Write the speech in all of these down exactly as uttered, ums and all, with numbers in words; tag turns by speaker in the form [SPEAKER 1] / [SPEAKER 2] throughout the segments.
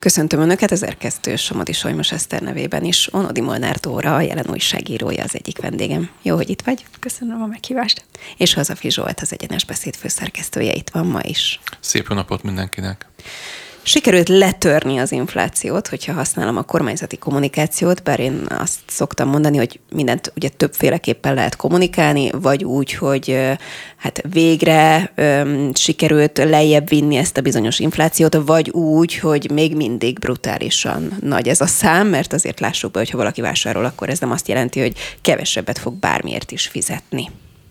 [SPEAKER 1] Köszöntöm Önöket, az szerkesztő Somodi Solymos Eszter nevében is. Onodi Molnár Dóra, a Jelen újságírója az egyik vendégem. Jó, hogy itt vagy.
[SPEAKER 2] Köszönöm a meghívást.
[SPEAKER 1] És Hazafi Zsolt, az Egyenes Beszéd főszerkesztője itt van ma is.
[SPEAKER 3] Szép napot mindenkinek.
[SPEAKER 1] Sikerült letörni az inflációt, hogyha használom a kormányzati kommunikációt, bár én azt szoktam mondani, hogy mindent ugye többféleképpen lehet kommunikálni, vagy úgy, hogy hát végre öm, sikerült lejjebb vinni ezt a bizonyos inflációt, vagy úgy, hogy még mindig brutálisan nagy ez a szám, mert azért lássuk be, hogy ha valaki vásárol, akkor ez nem azt jelenti, hogy kevesebbet fog bármiért is fizetni.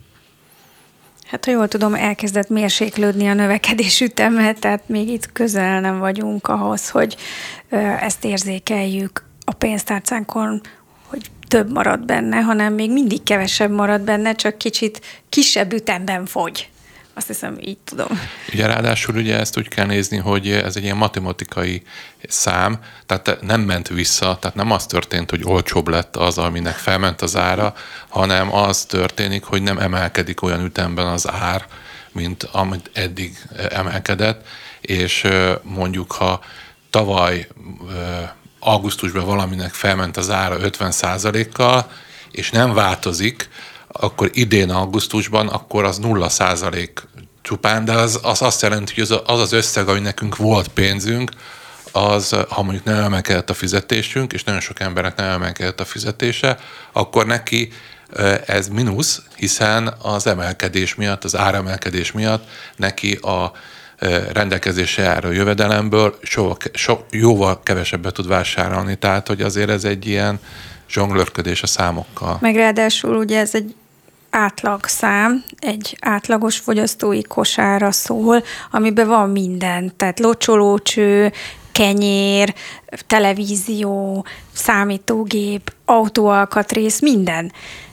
[SPEAKER 2] Hát, ha jól tudom, elkezdett mérséklődni a növekedés üteme, tehát még itt közel nem vagyunk ahhoz, hogy ezt érzékeljük a pénztárcánkon, hogy több marad benne, hanem még mindig kevesebb marad benne, csak kicsit kisebb ütemben fogy. Azt hiszem, így tudom.
[SPEAKER 3] Ugye ráadásul ugye ezt úgy kell nézni, hogy ez egy ilyen matematikai szám, tehát nem ment vissza, tehát nem az történt, hogy olcsóbb lett az, aminek felment az ára, hanem az történik, hogy nem emelkedik olyan ütemben az ár, mint amit eddig emelkedett, és mondjuk, ha tavaly augusztusban valaminek felment az ára ötven százalékkal, és nem változik, akkor idén augusztusban, akkor az nulla százalék csupán, de az, az azt jelenti, hogy az, az az összeg, ami nekünk volt pénzünk, az, ha mondjuk nem emelkedett a fizetésünk, és nagyon sok embernek nem emelkedett a fizetése, akkor neki ez mínusz, hiszen az emelkedés miatt, az áremelkedés miatt neki a rendelkezésre álló jövedelemből so, so, jóval kevesebbet tud vásárolni, tehát hogy azért ez egy ilyen zsonglőrködés a számokkal.
[SPEAKER 2] Meg ráadásul ugye ez egy átlagszám, egy átlagos fogyasztói kosárra szól, amiben van minden, tehát locsolócső, kenyér, televízió, számítógép, autóalkatrész, minden.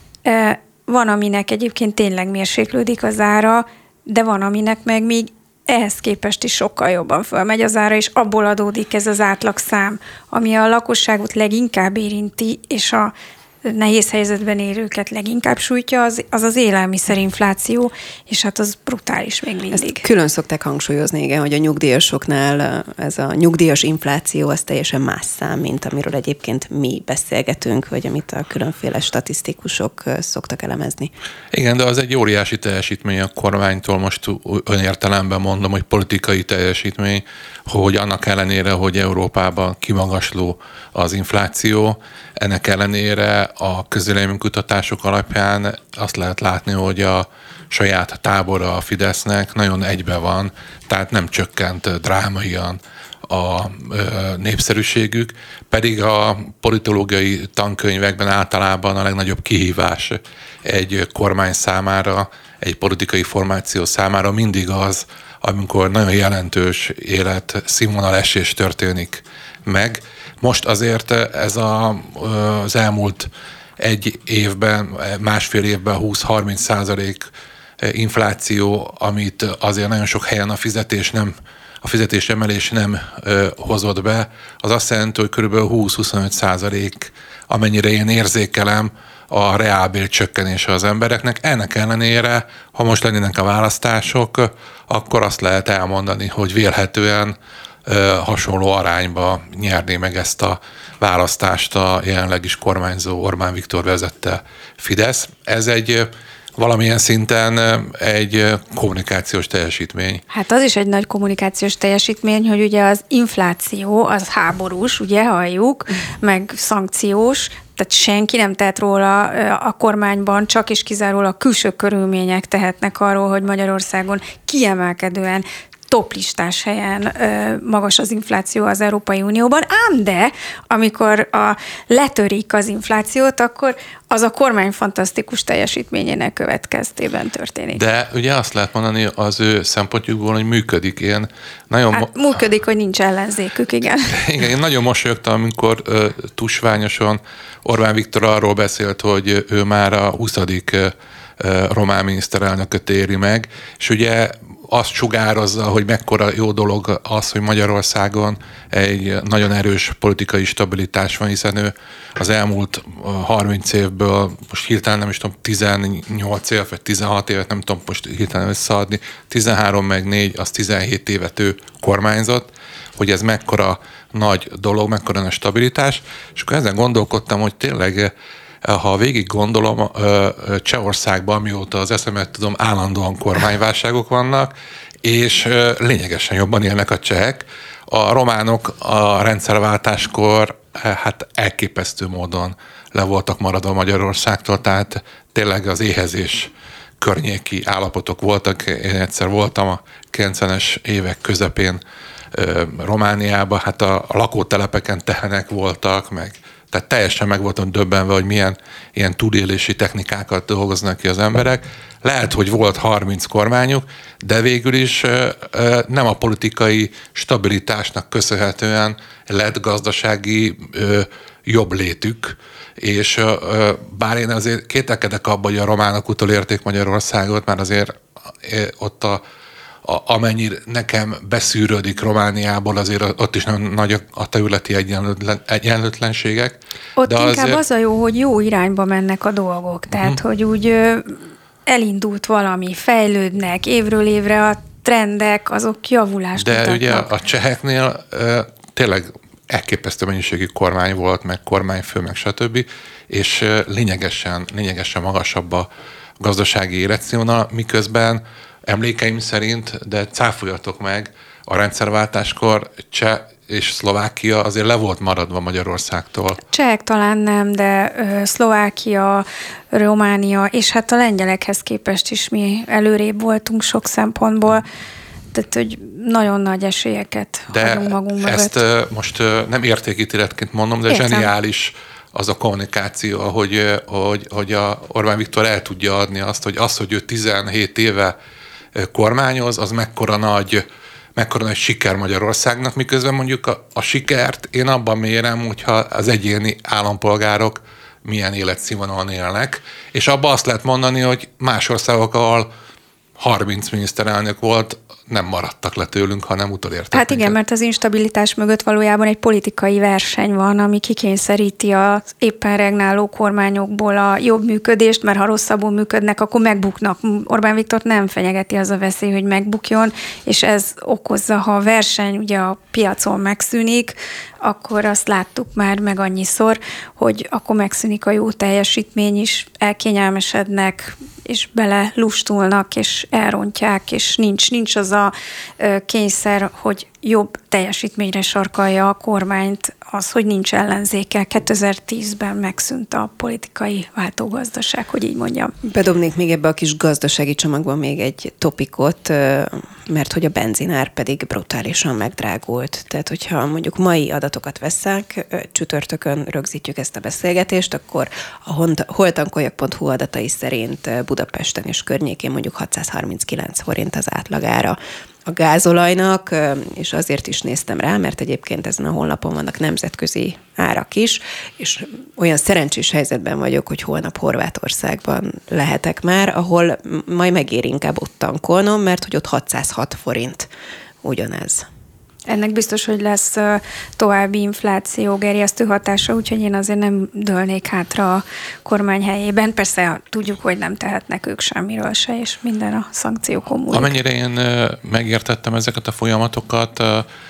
[SPEAKER 2] Van, aminek egyébként tényleg mérséklődik az ára, de van, aminek meg még ehhez képest is sokkal jobban fölmegy az ára, és abból adódik ez az átlagszám, ami a lakosságot leginkább érinti, és a nehéz helyzetben élőket leginkább sújtja, az az, az élelmiszerinfláció, és hát az brutális még mindig.
[SPEAKER 1] Ezt külön szokták hangsúlyozni, igen, hogy a nyugdíjasoknál ez a nyugdíjas infláció az teljesen más szám, mint amiről egyébként mi beszélgetünk, vagy amit a különféle statisztikusok szoktak elemezni.
[SPEAKER 3] Igen, de az egy óriási teljesítmény a kormánytól, most önértelemben mondom, hogy politikai teljesítmény, hogy annak ellenére, hogy Európában kimagasló az infláció, ennek ellenére a közvéleménykutatások alapján azt lehet látni, hogy a saját tábora a Fidesznek nagyon egybe van, tehát nem csökkent drámaian a népszerűségük, pedig a politológiai tankönyvekben általában a legnagyobb kihívás egy kormány számára, egy politikai formáció számára mindig az, amikor nagyon jelentős élet színvonalesés történik meg. Most azért ez a, az elmúlt egy évben, másfél évben húsz-harminc százalék infláció, amit azért nagyon sok helyen a fizetés nem, a fizetés emelés nem ö, hozott be, az azt jelenti, hogy kb. húsz-huszonöt százalék, amennyire én érzékelem, a reálbér csökkenése az embereknek. Ennek ellenére, ha most lennének a választások, akkor azt lehet elmondani, hogy vélhetően ö, hasonló arányba nyerné meg ezt a választást a jelenleg is kormányzó Orbán Viktor vezette Fidesz. Ez egy valamilyen szinten egy kommunikációs teljesítmény.
[SPEAKER 2] Hát az is egy nagy kommunikációs teljesítmény, hogy ugye az infláció, az háborús, ugye halljuk, meg szankciós, tehát senki nem tehet róla a kormányban, csak és kizárólag külső körülmények tehetnek arról, hogy Magyarországon kiemelkedően toplistás helyen ö, magas az infláció az Európai Unióban, ám de amikor a, letörik az inflációt, akkor az a kormány fantasztikus teljesítményének következtében történik.
[SPEAKER 3] De ugye azt lehet mondani az ő szempontjukból, hogy működik. Én nagyon
[SPEAKER 2] hát mo- működik, hogy nincs ellenzékük, igen.
[SPEAKER 3] Igen, én nagyon mosolyogtam, amikor uh, tusványosan Orbán Viktor arról beszélt, hogy ő már a huszadik Uh, román miniszterelnököt éri meg, és ugye azt sugározza, hogy mekkora jó dolog az, hogy Magyarországon egy nagyon erős politikai stabilitás van, hiszen ő az elmúlt harminc évből, most hirtelen nem is tudom, tizennyolc év, vagy tizenhat évet, nem tudom most hirtelen összeadni, tizenhárom meg négy, az tizenhét évet ő kormányzott, hogy ez mekkora nagy dolog, mekkora nagy stabilitás, és akkor ezen gondolkodtam, hogy tényleg, ha végig gondolom, Csehországban, mióta az eszemet tudom, állandóan kormányválságok vannak, és lényegesen jobban élnek a csehek. A románok a rendszerváltáskor hát elképesztő módon le voltak maradva Magyarországtól, tehát tényleg az éhezés környéki állapotok voltak. Én egyszer voltam a kilencvenes évek közepén Romániában, hát a, a lakótelepeken tehenek voltak, meg tehát teljesen meg voltam döbbenve, hogy milyen ilyen túlélési technikákat dolgoznak ki az emberek. Lehet, hogy volt harminc kormányuk, de végül is nem a politikai stabilitásnak köszönhetően lett gazdasági jobb létük, és bár én azért kételkedek abban, hogy a románok utolérték Magyarországot, mert azért ott a A, amennyire nekem beszűrődik Romániából, azért ott is nagyon nagy a területi egyenlőtlen, egyenlőtlenségek.
[SPEAKER 2] Ott
[SPEAKER 3] de
[SPEAKER 2] inkább
[SPEAKER 3] azért...
[SPEAKER 2] az a jó, hogy jó irányba mennek a dolgok. Tehát, uh-huh. hogy úgy ö, elindult valami, fejlődnek, évről évre a trendek, azok javulást
[SPEAKER 3] De
[SPEAKER 2] mutatnak.
[SPEAKER 3] ugye a cseheknél ö, tényleg elképesztő mennyiségű kormány volt, meg kormányfő, meg stb. És ö, lényegesen, lényegesen magasabb a gazdasági életszínvonal, miközben emlékeim szerint, de cáfoljatok meg, a rendszerváltáskor Cseh és Szlovákia azért le volt maradva Magyarországtól.
[SPEAKER 2] Csehek talán nem, de ö, Szlovákia, Románia, és hát a lengyelekhez képest is mi előrébb voltunk sok szempontból, tehát hogy nagyon nagy esélyeket
[SPEAKER 3] de
[SPEAKER 2] hagyunk magunk mögött.
[SPEAKER 3] ezt ö, most ö, nem értékítéletként mondom, de Értem. Zseniális az a kommunikáció, hogy, hogy, hogy a Orbán Viktor el tudja adni azt, hogy az, hogy ő tizenhét éve kormányoz, az mekkora nagy, mekkora nagy siker Magyarországnak, miközben mondjuk a, a sikert én abban mérem, hogyha az egyéni állampolgárok milyen életszínvonalon élnek, és abban azt lehet mondani, hogy más országok, ahol harminc miniszterelnök volt, nem maradtak le tőlünk, hanem utolértek.
[SPEAKER 2] Hát igen, mert az instabilitás mögött valójában egy politikai verseny van, ami kikényszeríti az éppen regnáló kormányokból a jobb működést, mert ha rosszabbul működnek, akkor megbuknak. Orbán Viktort nem fenyegeti az a veszély, hogy megbukjon, és ez okozza, ha a verseny ugye a piacon megszűnik, akkor azt láttuk már meg annyiszor, hogy akkor megszűnik a jó teljesítmény is, elkényelmesednek, és bele lustulnak, és elrontják, és nincs, nincs az a kényszer, hogy jobb teljesítményre sarkalja a kormányt az, hogy nincs ellenzéke. kétezer-tízben megszűnt a politikai váltógazdaság, hogy így mondjam.
[SPEAKER 1] Bedobnék még ebbe a kis gazdasági csomagban még egy topikot, mert hogy a benzinár pedig brutálisan megdrágult. Tehát, hogyha mondjuk mai adatokat veszek, csütörtökön rögzítjük ezt a beszélgetést, akkor a holtankoljak pont hu adatai szerint Budapesten és környékén mondjuk hatszázharminckilenc forint az átlagára a gázolajnak, és azért is néztem rá, mert egyébként ezen a honlapon vannak nemzetközi árak is, és olyan szerencsés helyzetben vagyok, hogy holnap Horvátországban lehetek már, ahol majd megér inkább ott tankolnom, mert hogy ott hatszázhat forint ugyanez.
[SPEAKER 2] Ennek biztos, hogy lesz további infláció gerjesztő hatása, úgyhogy én azért nem dőlnék hátra a kormány helyében. Persze tudjuk, hogy nem tehetnek ők semmiről se, és minden a szankciókon múlik.
[SPEAKER 3] Amennyire én megértettem ezeket a folyamatokat,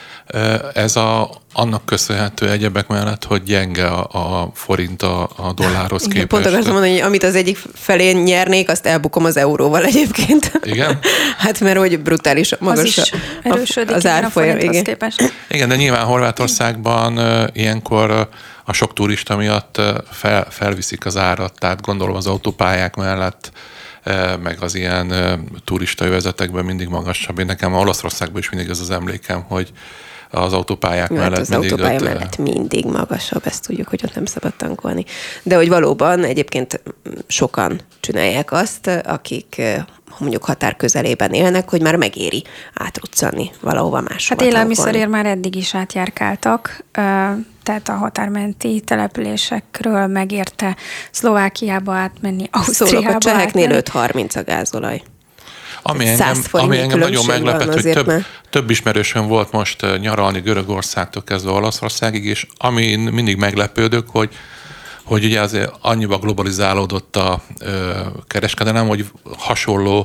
[SPEAKER 3] ez a, annak köszönhető egyebek mellett, hogy gyenge a, a forint a, a dollárhoz képest.
[SPEAKER 1] Pont akartam mondani, hogy amit az egyik felén nyernék, azt elbukom az euróval egyébként.
[SPEAKER 3] Igen?
[SPEAKER 1] Hát mert hogy brutális magas
[SPEAKER 2] az, is a, az árfolyam. Igen. Képest.
[SPEAKER 3] Igen, de nyilván Horvátországban uh, ilyenkor uh, a sok turista miatt uh, fel, felviszik az árat, tehát gondolom az autópályák mellett uh, meg az ilyen uh, turista övezetekben mindig magasabb. Én nekem Olaszországban is mindig ez az emlékem, hogy az autópályák
[SPEAKER 1] Mert
[SPEAKER 3] mellett
[SPEAKER 1] az
[SPEAKER 3] mindig...
[SPEAKER 1] autópálya
[SPEAKER 3] ott,
[SPEAKER 1] mellett mindig magasabb, ezt tudjuk, hogy ott nem szabad tankolni. De hogy valóban egyébként sokan csinálják azt, akik mondjuk határ közelében élnek, hogy már megéri átruccanni valahova máshova.
[SPEAKER 2] Hát élelmiszerért már eddig is átjárkáltak, tehát a határmenti településekről megérte Szlovákiába átmenni, Ausztriába
[SPEAKER 1] Szólok, a cseheknél
[SPEAKER 2] átmenni.
[SPEAKER 1] öt harminc a gázolaj.
[SPEAKER 3] Ami engem, ami engem nagyon meglepett, hogy több, több ismerősöm volt most nyaralni Görögországtól kezdve Olaszországig, és amin mindig meglepődök, hogy, hogy ugye azért annyiba globalizálódott a ö, kereskedelem, hogy hasonló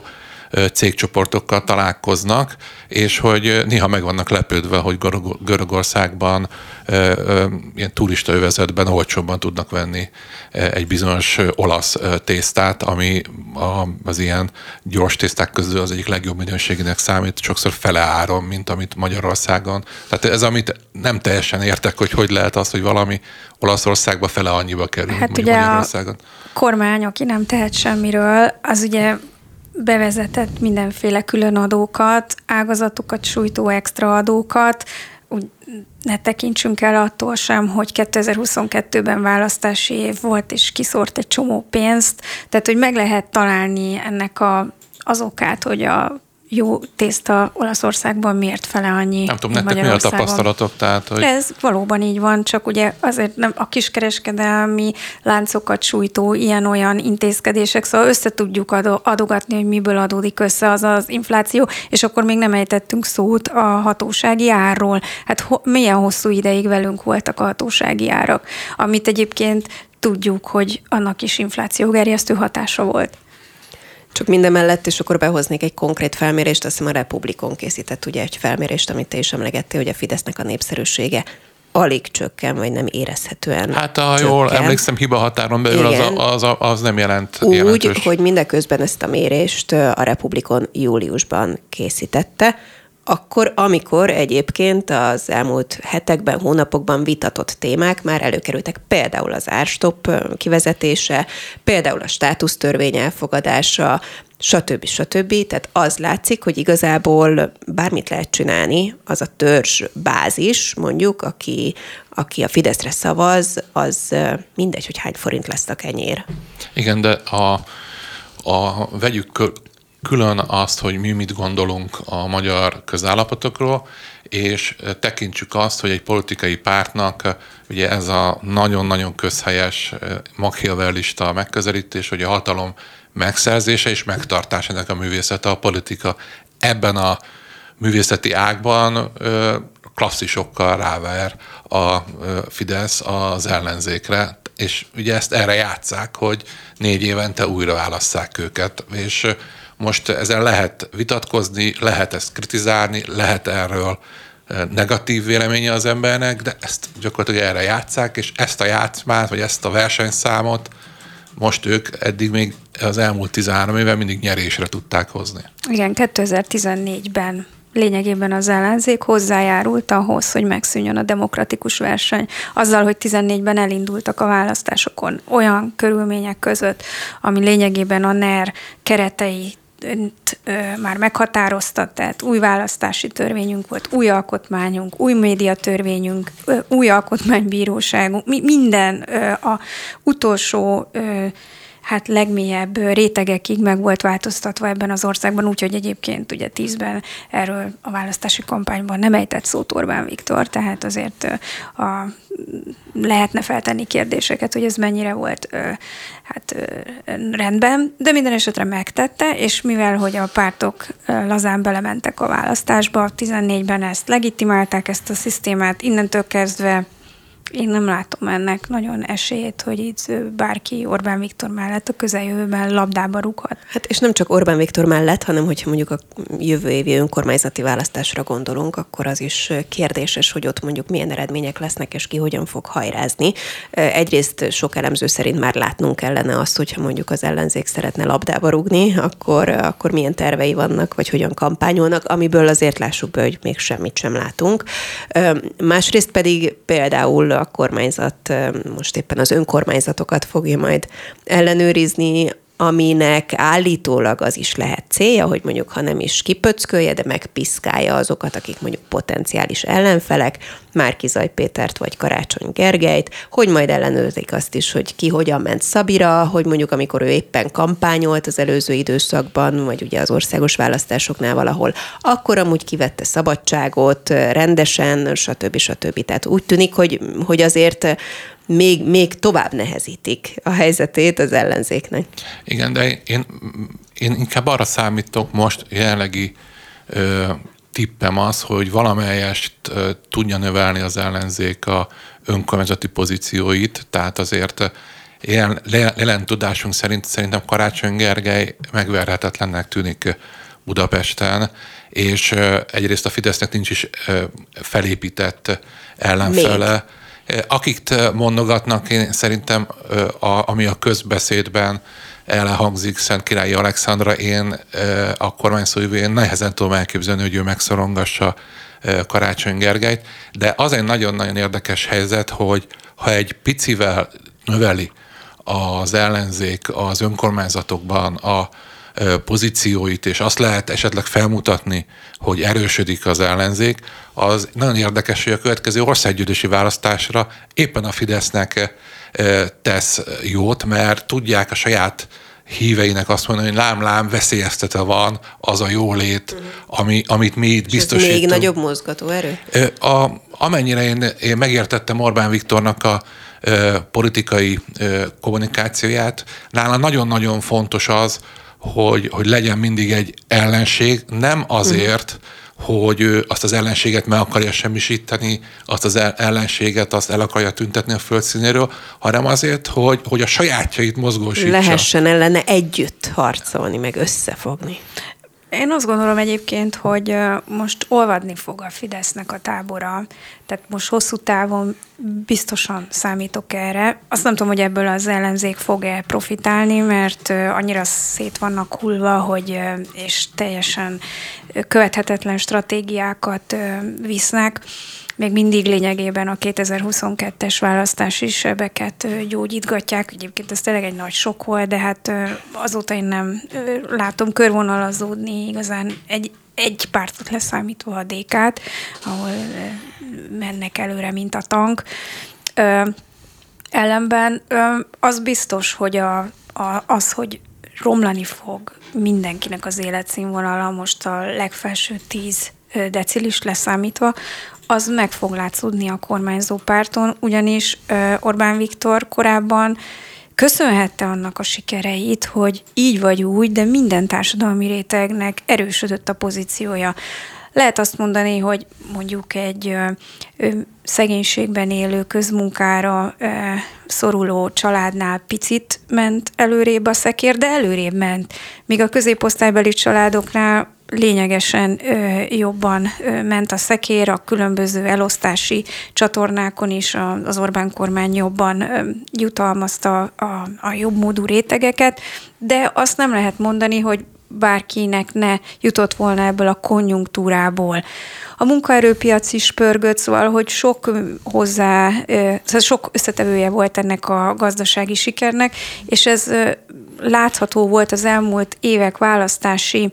[SPEAKER 3] cégcsoportokkal találkoznak, és hogy néha meg vannak lepődve, hogy Görögországban ilyen turistaövezetben olcsóbban tudnak venni egy bizonyos olasz tésztát, ami az ilyen gyors tészták közül az egyik legjobb minőségének számít, sokszor fele áron, mint amit Magyarországon. Tehát ez, amit nem teljesen értek, hogy hogy lehet az, hogy valami Olaszországba fele annyiba kerül,
[SPEAKER 2] hát
[SPEAKER 3] mondjuk
[SPEAKER 2] ugye
[SPEAKER 3] Magyarországon.
[SPEAKER 2] A kormány, aki nem tehet semmiről, az ugye bevezetett mindenféle külön adókat, ágazatokat sújtó extra adókat, úgy ne tekintsünk el attól sem, hogy kétezer-huszonkettőben választási év volt, és kiszórt egy csomó pénzt, tehát hogy meg lehet találni ennek a, az okát, hogy a jó tészta Olaszországban miért fele annyi.
[SPEAKER 3] Nem tudom, nektek mi a tapasztalatok? Tehát, hogy...
[SPEAKER 2] Ez valóban így van, csak ugye azért nem a kiskereskedelmi láncokat sújtó ilyen-olyan intézkedések, szóval össze tudjuk adogatni, hogy miből adódik össze az az infláció, és akkor még nem ejtettünk szót a hatósági árról. Hát ho- milyen hosszú ideig velünk voltak a hatósági árak, amit egyébként tudjuk, hogy annak is inflációgerjesztő hatása volt.
[SPEAKER 1] Csak minden mellett, és akkor behoznék egy konkrét felmérést, azt hiszem a Republikon készített ugye egy felmérést, amit te is emlegettél, hogy a Fidesznek a népszerűsége alig csökken, vagy nem érezhetően
[SPEAKER 3] Hát ha jól emlékszem, hiba határon belül az, az, az, az nem jelent
[SPEAKER 1] úgy,
[SPEAKER 3] jelentős.
[SPEAKER 1] hogy mindeközben ezt a mérést a Republikon júliusban készítette, akkor, amikor egyébként az elmúlt hetekben, hónapokban vitatott témák már előkerültek, például az árstopp kivezetése, például a státusztörvény elfogadása, stb. stb. Tehát az látszik, hogy igazából bármit lehet csinálni, az a törzs bázis, mondjuk, aki, aki a Fideszre szavaz, az mindegy, hogy hány forint lesz a kenyér.
[SPEAKER 3] Igen, de a, a vegyük külön azt, hogy mi mit gondolunk a magyar közállapotokról, és tekintsük azt, hogy egy politikai pártnak ugye ez a nagyon-nagyon közhelyes machiavellista megközelítés, hogy a hatalom megszerzése és megtartása ennek a művészete, a politika ebben a művészeti ágban klasszisokkal ráver a Fidesz az ellenzékre, és ugye ezt erre játsszák, hogy négy évente újra válasszák őket, és most ezzel lehet vitatkozni, lehet ezt kritizálni, lehet erről negatív véleménye az embernek, de ezt gyakorlatilag erre játsszák, és ezt a játszmát, vagy ezt a versenyszámot most ők eddig még az elmúlt tizenhárom éven mindig nyerésre tudták hozni.
[SPEAKER 2] Igen, kétezer-tizennégyben lényegében az ellenzék hozzájárult ahhoz, hogy megszűnjön a demokratikus verseny. Azzal, hogy tizennégyben elindultak a választásokon olyan körülmények között, ami lényegében a en e er keretei már meghatározta, tehát új választási törvényünk volt, új alkotmányunk, új médiatörvényünk, új alkotmánybíróságunk, minden a utolsó hát legmélyebb rétegekig meg volt változtatva ebben az országban, úgyhogy egyébként ugye tízben erről a választási kampányban nem ejtett szót Orbán Viktor, tehát azért a, lehetne feltenni kérdéseket, hogy ez mennyire volt hát rendben, de minden esetre megtette, és mivel, hogy a pártok lazán belementek a választásba, tizennégyben ezt legitimálták, ezt a szisztémát, innentől kezdve én nem látom ennek nagyon esélyét, hogy itt bárki Orbán Viktor mellett a közeljövőben labdába rúghat.
[SPEAKER 1] Hát és nem csak Orbán Viktor mellett, hanem hogyha mondjuk a jövő évi önkormányzati választásra gondolunk, akkor az is kérdéses, hogy ott mondjuk milyen eredmények lesznek, és ki hogyan fog hajrázni. Egyrészt sok elemző szerint már látnunk kellene azt, hogyha mondjuk az ellenzék szeretne labdába rúgni, akkor, akkor milyen tervei vannak, vagy hogyan kampányolnak, amiből azért lássuk be, hogy még semmit sem látunk. Másrészt pedig például a kormányzat most éppen az önkormányzatokat fogja majd ellenőrizni, aminek állítólag az is lehet célja, hogy mondjuk ha nem is kipöckölje, de megpiszkálja azokat, akik mondjuk potenciális ellenfelek, Márki-Zay Pétert vagy Karácsony Gergelyt, hogy majd ellenőrzik azt is, hogy ki hogyan ment Szabira, hogy mondjuk amikor ő éppen kampányolt az előző időszakban, vagy ugye az országos választásoknál valahol, akkor amúgy kivette szabadságot rendesen, stb. stb. Tehát úgy tűnik, hogy, hogy azért Még, még tovább nehezítik a helyzetét az ellenzéknek.
[SPEAKER 3] Igen, de én, én inkább arra számítok most, jelenlegi ö, tippem az, hogy valamelyest ö, tudja növelni az ellenzék a önkormányzati pozícióit, tehát azért ilyen jelen tudásunk szerint szerintem Karácsony Gergely megverhetetlennek tűnik Budapesten, és egyrészt a Fidesznek nincs is felépített ellenfele. Még. Akik mondogatnak, én szerintem, a, ami a közbeszédben elhangzik Szentkirályi Alexandra, én a kormányszóvivőjén nehezen tudom elképzelni, hogy ő megszorongassa Karácsony Gergelyt, de az egy nagyon-nagyon érdekes helyzet, hogy ha egy picivel növeli az ellenzék az önkormányzatokban a pozícióit, és azt lehet esetleg felmutatni, hogy erősödik az ellenzék, az nagyon érdekes, hogy a következő országgyűlési választásra éppen a Fidesznek tesz jót, mert tudják a saját híveinek azt mondani, hogy lám-lám, veszélyeztetve van az a jólét, ami, amit mi itt biztosítunk.
[SPEAKER 1] És ez még nagyobb mozgatóerő?
[SPEAKER 3] A, amennyire én, én megértettem Orbán Viktornak a ö, politikai ö, kommunikációját, nála nagyon-nagyon fontos az, hogy, hogy legyen mindig egy ellenség, nem azért, uh-huh. hogy ő azt az ellenséget meg akarja semmisíteni, azt az ellenséget azt el akarja tüntetni a földszínéről, hanem azért, hogy, hogy a sajátjait mozgósítsa.
[SPEAKER 1] Lehessen ellene együtt harcolni, meg összefogni.
[SPEAKER 2] Én azt gondolom egyébként, hogy most olvadni fog a Fidesznek a tábora, tehát most hosszú távon biztosan számítok erre. Azt nem tudom, hogy ebből az ellenzék fog-e profitálni, mert annyira szét vannak hullva, hogy és teljesen követhetetlen stratégiákat visznek. Még mindig lényegében a kétezer-huszonkettes választási sebeket gyógyítgatják. Egyébként ez tényleg egy nagy sok volt, de hát azóta én nem látom körvonalazódni igazán egy, egy pártot leszámítva a dé ká-t, ahol mennek előre, mint a tank. Ellenben az biztos, hogy a, a, az, hogy romlani fog mindenkinek az életszínvonala, most a legfelső tíz decilis leszámítva, az meg fog látszódni a kormányzó párton, ugyanis Orbán Viktor korábban köszönhette annak a sikereit, hogy így vagy úgy, de minden társadalmi rétegnek erősödött a pozíciója. Lehet azt mondani, hogy mondjuk egy ö, ö, szegénységben élő, közmunkára ö, szoruló családnál picit ment előrébb a szekér, de előrébb ment. Míg a középosztálybeli családoknál lényegesen ö, jobban ö, ment a szekér, a különböző elosztási csatornákon is a, az Orbán kormány jobban ö, jutalmazta a, a jobb módú rétegeket, de azt nem lehet mondani, hogy bárkinek ne jutott volna ebből a konjunktúrából. A munkaerőpiac is pörgött, szóval, hogy sok hozzá, szóval sok összetevője volt ennek a gazdasági sikernek, és ez látható volt az elmúlt évek választási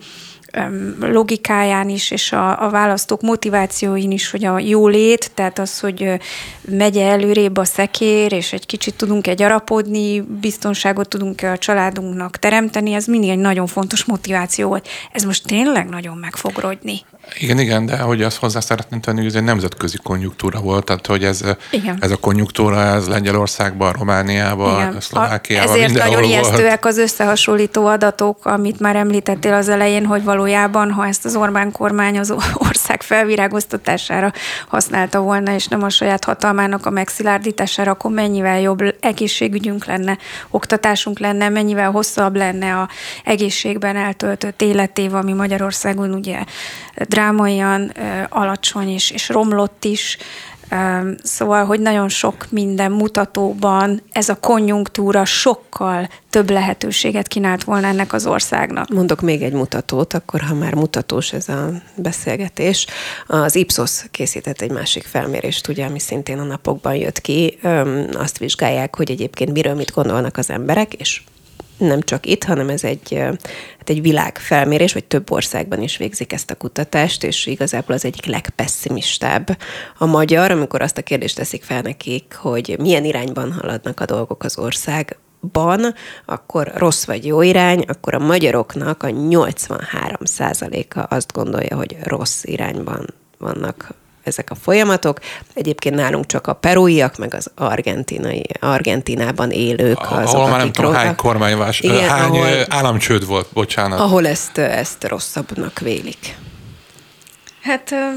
[SPEAKER 2] logikáján is, és a, a választók motivációin is, hogy a jólét, tehát az, hogy megye előrébb a szekér, és egy kicsit tudunk egy gyarapodni, biztonságot tudunk a családunknak teremteni, ez mindig egy nagyon fontos motiváció volt. Ez most tényleg nagyon meg fog rogyni.
[SPEAKER 3] Igen, igen, de hogy azt hozzá szeretném tenni, hogy ez egy nemzetközi konjunktúra volt, tehát hogy ez, ez a konjunktúra ez Lengyelországban, Romániában, Szlovákiában,
[SPEAKER 2] ezért
[SPEAKER 3] mindenhol
[SPEAKER 2] nagyon
[SPEAKER 3] volt.
[SPEAKER 2] ijesztőek az összehasonlító adatok, amit már említettél az elején, hogy valójában, ha ezt az Orbán kormány az ország felvirágoztatására használta volna, és nem a saját hatalmának a megszilárdítására, akkor mennyivel jobb egészségügyünk lenne, oktatásunk lenne, mennyivel hosszabb lenne a egészségben eltöltött életév, ami Magyarországon ugye drámaian alacsony és, és romlott is. Szóval, hogy nagyon sok minden mutatóban ez a konjunktúra sokkal több lehetőséget kínált volna ennek az országnak.
[SPEAKER 1] Mondok még egy mutatót, akkor ha már mutatós ez a beszélgetés. Az Ipsos készített egy másik felmérést, ugye, ami szintén a napokban jött ki. Azt vizsgálják, hogy egyébként miről mit gondolnak az emberek, és nem csak itt, hanem ez egy, hát egy világfelmérés, vagy több országban is végzik ezt a kutatást, és igazából az egyik legpesszimistább a magyar, amikor azt a kérdést teszik fel nekik, hogy milyen irányban haladnak a dolgok az országban, akkor rossz vagy jó irány, akkor a magyaroknak a nyolcvanhárom százaléka azt gondolja, hogy rossz irányban vannak ezek a folyamatok. Egyébként nálunk csak a perúiak, meg az argentinai, Argentinában élők. Azok,
[SPEAKER 3] ahol már nem tudom, hány kormányvás, igen, hány ahol, államcsőd volt, bocsánat.
[SPEAKER 1] Ahol ezt, ezt rosszabbnak vélik.
[SPEAKER 2] Hát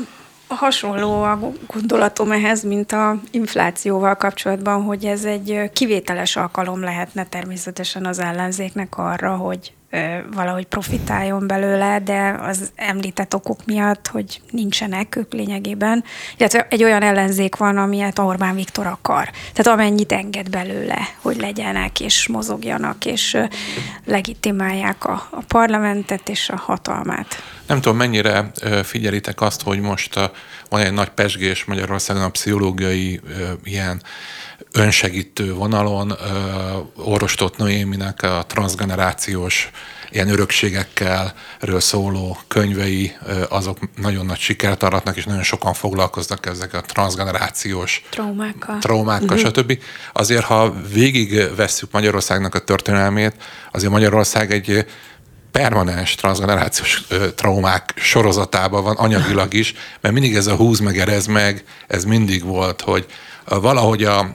[SPEAKER 2] Hasonló a gondolatom ehhez, mint a inflációval kapcsolatban, hogy ez egy kivételes alkalom lehetne természetesen az ellenzéknek arra, hogy valahogy profitáljon belőle, de az említett okok miatt, hogy nincsenek ők lényegében. Illetve egy olyan ellenzék van, amilyet Orbán Viktor akar. Tehát amennyit enged belőle, hogy legyenek, és mozogjanak, és legitimálják a, a parlamentet és a hatalmát.
[SPEAKER 3] Nem tudom, mennyire figyelitek azt, hogy most van egy nagy pezsgés Magyarországon a pszichológiai ilyen önsegítő vonalon, Orostóth Noéminek a transzgenerációs ilyen örökségekkel ről szóló könyvei, azok nagyon nagy sikert aratnak, és nagyon sokan foglalkoznak ezek a transzgenerációs
[SPEAKER 2] traumákkal,
[SPEAKER 3] traumákkal uh-huh. stb. Azért, ha végig vesszük Magyarországnak a történelmét, azért Magyarország egy permanens transzgenerációs traumák sorozatában van, anyagilag is, mert mindig ez a húz meg, erez meg, ez mindig volt, hogy valahogy a,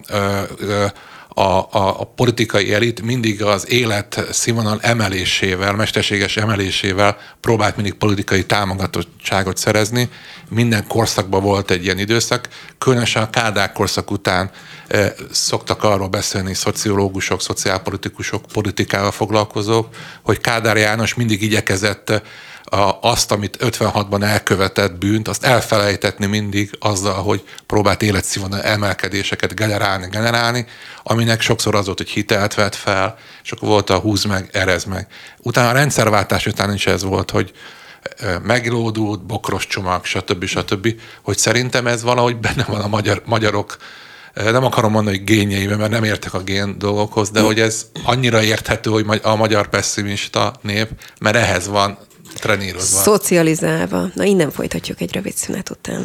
[SPEAKER 3] a, a, a politikai elit mindig az élet színvonal emelésével, mesterséges emelésével próbált mindig politikai támogatottságot szerezni. Minden korszakban volt egy ilyen időszak, különösen a Kádár korszak után e, szoktak arról beszélni szociológusok, szociálpolitikusok, politikával foglalkozók, hogy Kádár János mindig igyekezett A, azt, amit ötvenhatban elkövetett bűnt, azt elfelejtetni mindig azzal, hogy próbált életszínvonal emelkedéseket generálni, generálni, aminek sokszor az volt, hogy hitelt vett fel, és akkor volt a húz meg, erez meg. Utána a rendszerváltás után is ez volt, hogy meglódult, bokros csomag, stb. stb., hogy szerintem ez valahogy benne van a magyar, magyarok, nem akarom mondani, hogy génjeiben, mert nem értek a gén dolgokhoz, de hogy ez annyira érthető, hogy a magyar pessimista nép, mert ehhez van trenírozva.
[SPEAKER 1] Szocializálva. Na, innen folytatjuk egy rövid szünet után.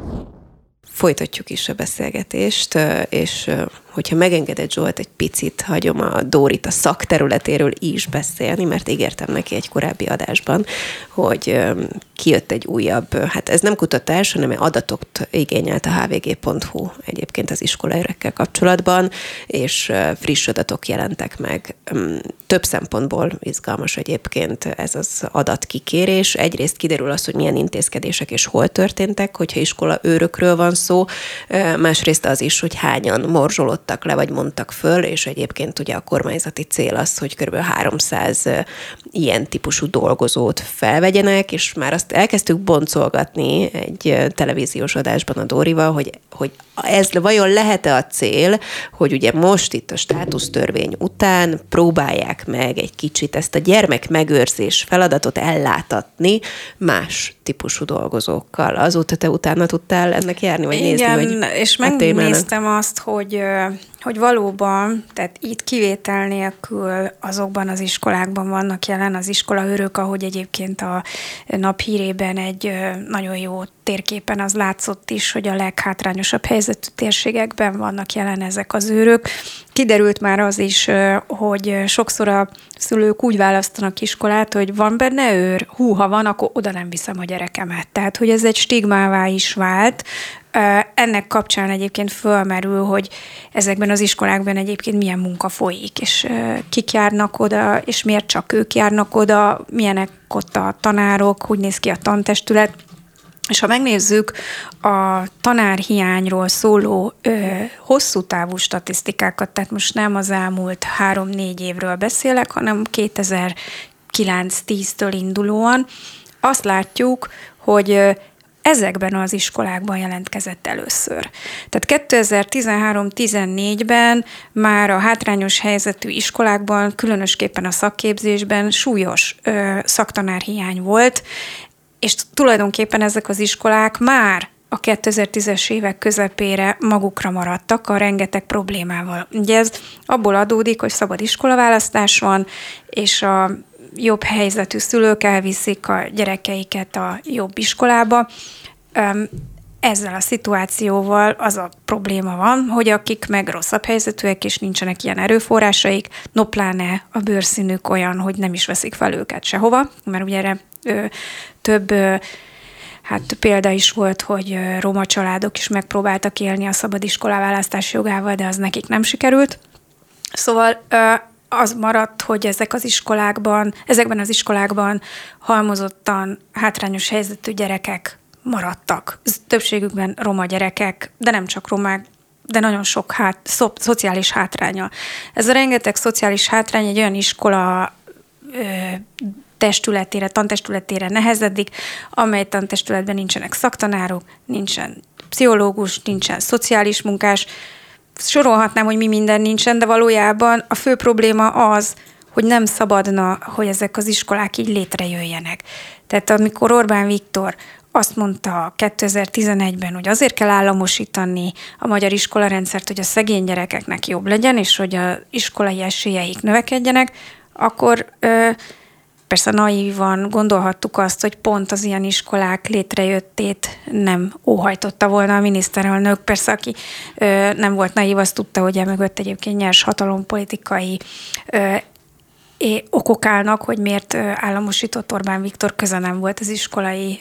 [SPEAKER 1] Folytatjuk is a beszélgetést, és hogyha megengedett Zsolt, egy picit hagyom a Dórit a szakterületéről is beszélni, mert ígértem neki egy korábbi adásban, hogy kijött egy újabb, hát ez nem kutatás, hanem adatot igényelt a há vé gé pont hú egyébként az iskolaörekkel kapcsolatban, és friss adatok jelentek meg. Több szempontból izgalmas egyébként ez az adatkikérés. Egyrészt kiderül az, hogy milyen intézkedések és hol történtek, hogyha iskolaőrökről van szó, másrészt az is, hogy hányan morzsolódtak le, vagy mondtak föl, és egyébként ugye a kormányzati cél az, hogy kb. háromszáz ilyen típusú dolgozót felvegyenek, és már azt elkezdtük boncolgatni egy televíziós adásban a Dórival, hogy, hogy ez vajon lehet-e a cél, hogy ugye most itt a státusztörvény után próbálják meg egy kicsit ezt a gyermekmegőrzés feladatot ellátatni más típusú dolgozókkal. Azóta te utána tudtál ennek járni, vagy
[SPEAKER 2] igen,
[SPEAKER 1] nézni?
[SPEAKER 2] Vagy és megnéztem azt, hogy, hogy valóban, tehát itt kivétel nélkül azokban az iskolákban vannak jelen az iskolaőrök, ahogy egyébként a Naphírében egy nagyon jó térképen az látszott is, hogy a leghátrányosabb helyzetű térségekben vannak jelen ezek az őrök. Kiderült már az is, hogy sokszor a szülők úgy választanak iskolát, hogy van benne őr, hú, ha van, akkor oda nem viszem a gyerekemet. Tehát, hogy ez egy stigmává is vált. Ennek kapcsán egyébként fölmerül, hogy ezekben az iskolákban egyébként milyen munka folyik, és kik járnak oda, és miért csak ők járnak oda, milyenek ott a tanárok, hogy néz ki a tantestület. És ha megnézzük a tanárhiányról szóló ö, hosszú távú statisztikákat, tehát most nem az elmúlt három-négy évről beszélek, hanem kétezer-kilenc-tíztől indulóan, azt látjuk, hogy ezekben az iskolákban jelentkezett először. Tehát kétezer-tizenhárom-tizennégyben már a hátrányos helyzetű iskolákban, különösképpen a szakképzésben súlyos ö, szaktanárhiány volt, és tulajdonképpen ezek az iskolák már a kétezer-tízes évek közepére magukra maradtak a rengeteg problémával. Ugye ez abból adódik, hogy szabad iskolaválasztás van, és a jobb helyzetű szülők elviszik a gyerekeiket a jobb iskolába. Ezzel a szituációval az a probléma van, hogy akik meg rosszabb helyzetűek, és nincsenek ilyen erőforrásaik, no pláne a bőrszínük olyan, hogy nem is veszik fel őket sehova, mert ugye erre ö, több ö, hát példa is volt, hogy ö, roma családok is megpróbáltak élni a szabad iskolaválasztás jogával, de az nekik nem sikerült. Szóval ö, az maradt, hogy ezek az iskolákban, ezekben az iskolákban halmozottan hátrányos helyzetű gyerekek maradtak. Többségükben roma gyerekek, de nem csak romák, de nagyon sok hát, szo, szociális hátránya. Ez a rengeteg szociális hátrány egy olyan iskola ö, testületére, tantestületére nehezedik, amely tantestületben nincsenek szaktanárok, nincsen pszichológus, nincsen szociális munkás. Sorolhatnám, hogy mi minden nincsen, de valójában a fő probléma az, hogy nem szabadna, hogy ezek az iskolák így létrejöjjenek. Tehát amikor Orbán Viktor azt mondta kétezer-tizenegyben, hogy azért kell államosítani a magyar iskolarendszert, hogy a szegény gyerekeknek jobb legyen, és hogy az iskolai esélyeik növekedjenek, akkor ö, persze naívan gondolhattuk azt, hogy pont az ilyen iskolák létrejöttét nem óhajtotta volna a miniszterelnök. Persze, aki ö, nem volt naív, azt tudta, hogy emögött egyébként nyers hatalompolitikai ö, É, okok állnak, hogy miért államosított Orbán Viktor, köze nem volt az iskolai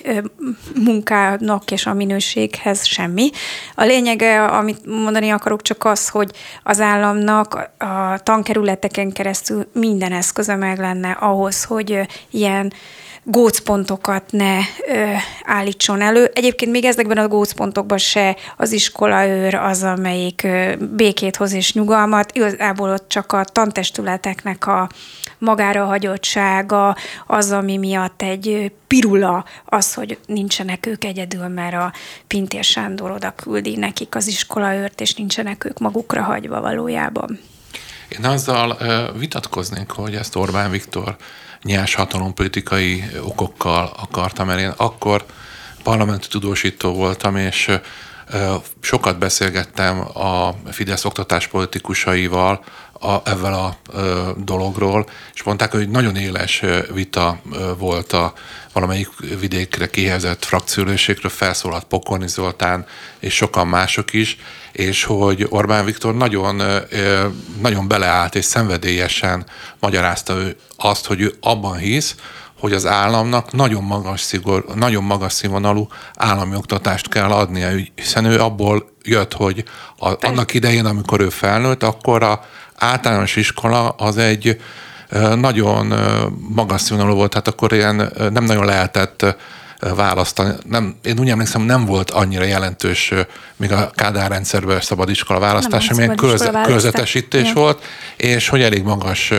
[SPEAKER 2] munkának és a minőséghez semmi. A lényege, amit mondani akarok, csak az, hogy az államnak a tankerületeken keresztül minden eszköze meg lenne ahhoz, hogy ilyen gócpontokat ne ö, állítson elő. Egyébként még ezekben a gócpontokban se az iskolaőr az, amelyik ö, békét hoz és nyugalmat. Igazából ott csak a tantestületeknek a magára hagyottsága az, ami miatt egy pirula az, hogy nincsenek ők egyedül, mert a Pintér Sándor oda küldi nekik az iskolaőrt, és nincsenek ők magukra hagyva valójában.
[SPEAKER 3] Én azzal uh, vitatkoznék, hogy ezt Orbán Viktor nyers hatalompolitikai okokkal akartam, mert én akkor parlamenti tudósító voltam, és uh, sokat beszélgettem a Fidesz oktatáspolitikusaival a, ezzel a ö, dologról, és mondták, hogy nagyon éles vita ö, volt a valamelyik vidékre kihelyezett frakcióülésségről, felszólalt Pokorni Zoltán, és sokan mások is, és hogy Orbán Viktor nagyon, ö, nagyon beleállt és szenvedélyesen magyarázta ő azt, hogy ő abban hisz, hogy az államnak nagyon magas, szigor, nagyon magas színvonalú állami oktatást kell adnia, hiszen ő abból jött, hogy a, annak idején, amikor ő felnőtt, akkor az általános iskola az egy nagyon magas színvonalú volt, tehát akkor ilyen nem nagyon lehetett választani. Nem, én úgy emlékszem, nem volt annyira jelentős még a Kádár rendszerben szabad iskola választás, amilyen körzetesítés ja. volt, és hogy elég magas,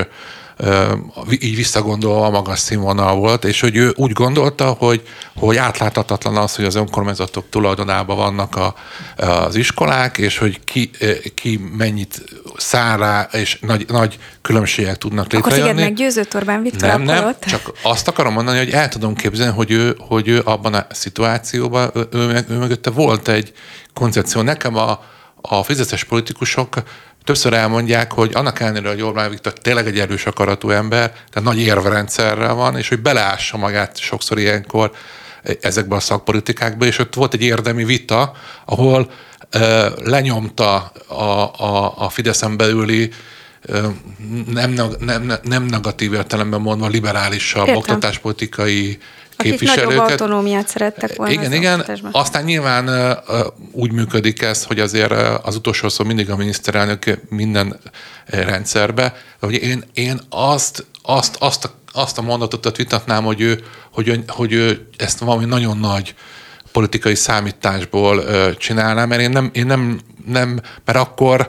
[SPEAKER 3] így visszagondolva magas színvonal volt, és hogy ő úgy gondolta, hogy, hogy átláthatatlan az, hogy az önkormányzatok tulajdonában vannak a, az iskolák, és hogy ki, ki mennyit száll rá, és nagy, nagy különbségek tudnak létrejönni.
[SPEAKER 2] Akkor téged meggyőzött Orbán Viktor?
[SPEAKER 3] Nem, nem, ott? Csak azt akarom mondani, hogy el tudom képzelni, hogy ő, hogy ő abban a szituációban, ő, ő, ő mögötte volt egy koncepció. Nekem a, a fizetes politikusok többször elmondják, hogy annak ellenére, hogy Orbán Viktor tényleg egy erős akaratú ember, tehát nagy érvrendszerrel van, és hogy beleássa magát sokszor ilyenkor ezekbe a szakpolitikákba, és ott volt egy érdemi vita, ahol uh, lenyomta a, a, a Fideszen belüli uh, nem, nem, nem negatív értelemben mondva liberálisabb Értem. oktatáspolitikai képviselőket.
[SPEAKER 2] Akik nagyobb autonómiát szerettek volna.
[SPEAKER 3] Igen, igen. Aztán nyilván uh, úgy működik ez, hogy azért uh, az utolsó szó mindig a miniszterelnök minden uh, rendszerbe, hogy én, én azt, azt, azt, a, azt a mondatot vitatnám, hogy ő, hogy, hogy ő ezt valami nagyon nagy politikai számításból uh, csinálná, mert én nem, én nem, nem mert akkor...